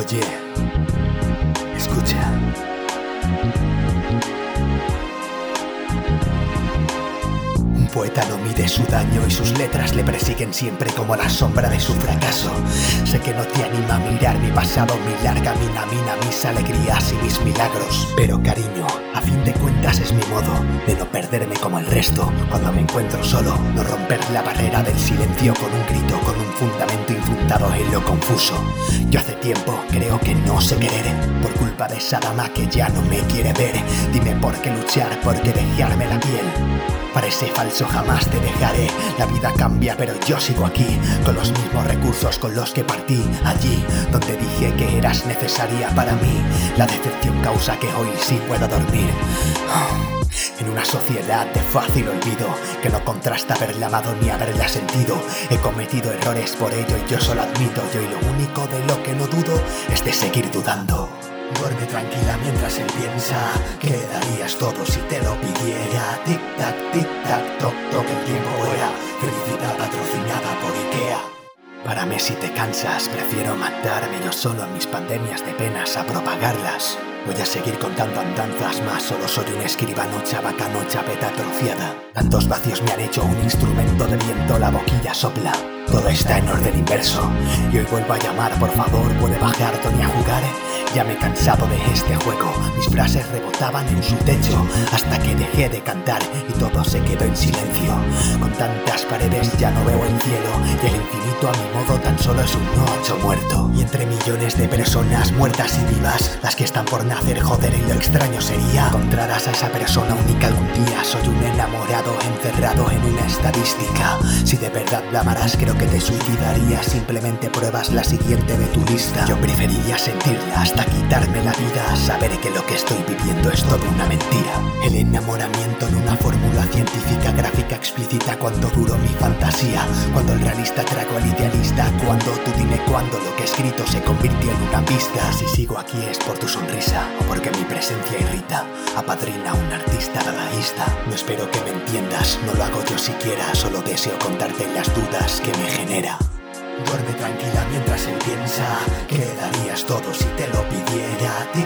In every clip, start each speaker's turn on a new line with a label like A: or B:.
A: Oye, escucha. Un poeta no mide su daño y sus letras le persiguen siempre como la sombra de su fracaso. Sé que no te anima a mirar mi pasado, mi larga mina, mis alegrías y mis milagros. Pero cariño, a fin de cuentas es mi modo de no perderme como el resto. Cuando me encuentro solo, no romper la barrera del silencio con un grito, con un fundamento infundado en lo confuso. Yo hace tiempo creo que no sé querer, por culpa de esa dama que ya no me quiere ver. Dime por qué luchar, por qué dejarme la piel. Para ese falso jamás te dejaré. La vida cambia pero yo sigo aquí, con los mismos recursos con los que partí. Allí donde dije que eras necesaria para mí. La decepción causa que hoy sí puedo dormir. En una sociedad de fácil olvido, que no contrasta haberla amado ni haberla sentido. He cometido errores por ello y yo solo admito. Yo y lo único de lo que no dudo es de seguir dudando. Duerme tranquila mientras él piensa que darías todo si te lo pidiera. Tic tac, toc toc, el tiempo vuela. Felicidad patrocinada por Ikea. Párame si te cansas, prefiero matarme yo solo en mis pandemias de penas a propagarlas. Voy a seguir contando andanzas más, solo soy un escribano chabacano, chapeta atrofiada. Tantos vacíos me han hecho un instrumento de viento, la boquilla sopla. Todo está en orden inverso y hoy vuelvo a llamar, por favor, ¿puede bajar Tony a jugar? Ya me he cansado de este juego, mis frases rebotaban en su techo hasta que dejé de cantar y todo se quedó en silencio. Con tantas paredes ya no veo el cielo y el infinito a mi modo tan solo es un ocho muerto. Y entre millones de personas muertas y vivas, las que están por nacer, joder, y lo extraño sería encontrarás a esa persona única algún día. Soy un enamorado encerrado en una estadística. Si de verdad la amarás creo que te suicidarías. Simplemente pruebas la siguiente de tu lista. Yo preferiría sentirla hasta quitarme la vida, saber que lo que estoy viviendo es toda una mentira. El enamoramiento en una fórmula científica gráfica explícita cuánto duró mi fantasía, cuando el realista tragó al idealista, cuando tú dime cuándo lo que he escrito se convirtió en una pista. Si sigo aquí es por tu sonrisa o porque mi presencia irrita, apadrina a un artista dadaísta. No espero que me entiendas, no lo hago yo siquiera, solo deseo contarte las dudas que me genera. Duerme tranquila mientras él piensa que darías todo si te lo pidiera. Tic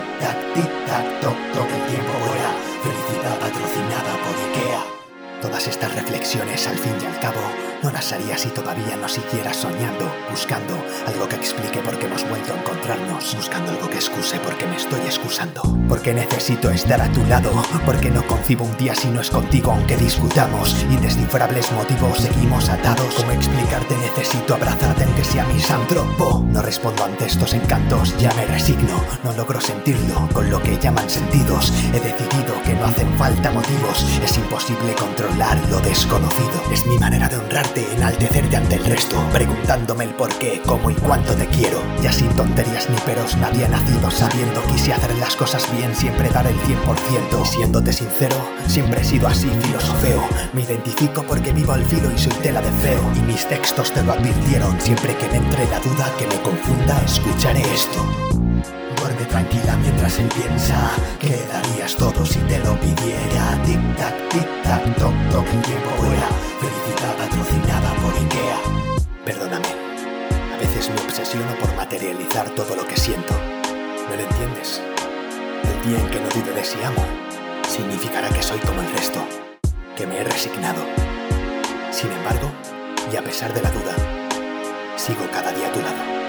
A: tac, toc toc, el tiempo vuela. Felicidad patrocinada por Ikea. Todas estas reflexiones al fin y al cabo no las haría si todavía no siguiera soñando, buscando algo que explique por qué hemos vuelto a encontrarnos, buscando algo que excuse por qué me estoy excusando, porque necesito estar a tu lado, porque no concibo un día si no es contigo aunque discutamos, indescifrables motivos seguimos atados. ¿Cómo explicarte? Necesito abrazarte aunque sea misántropo. No respondo ante estos encantos, ya me resigno, no logro sentirlo con lo que llaman sentidos. He decidido que no hacen falta motivos, es imposible controlar lo desconocido. Es mi manera de honrarte, enaltecerte ante el resto, preguntándome el por qué, cómo y cuánto te quiero. Ya sin tonterías ni peros, nadie ha nacido sabiendo. Quise hacer las cosas bien, siempre dar el 100%. Y siéndote sincero, siempre he sido así, filosofeo. Me identifico porque vivo al filo y soy tela de feo. Y mis textos te lo advirtieron, siempre que me entre la duda que me confunda, escucharé esto. Duerme tranquila mientras él piensa que darías todo si te lo pidiera. Tic tac, toc toc, el tiempo vuela. Felicidad patrocinada por Ikea. Perdóname, a veces me obsesiono por materializar todo lo que siento. ¿No lo entiendes? El día en que no dude de si amo, significará que soy como el resto, que me he resignado. Sin embargo, y a pesar de la duda, sigo cada día a tu lado.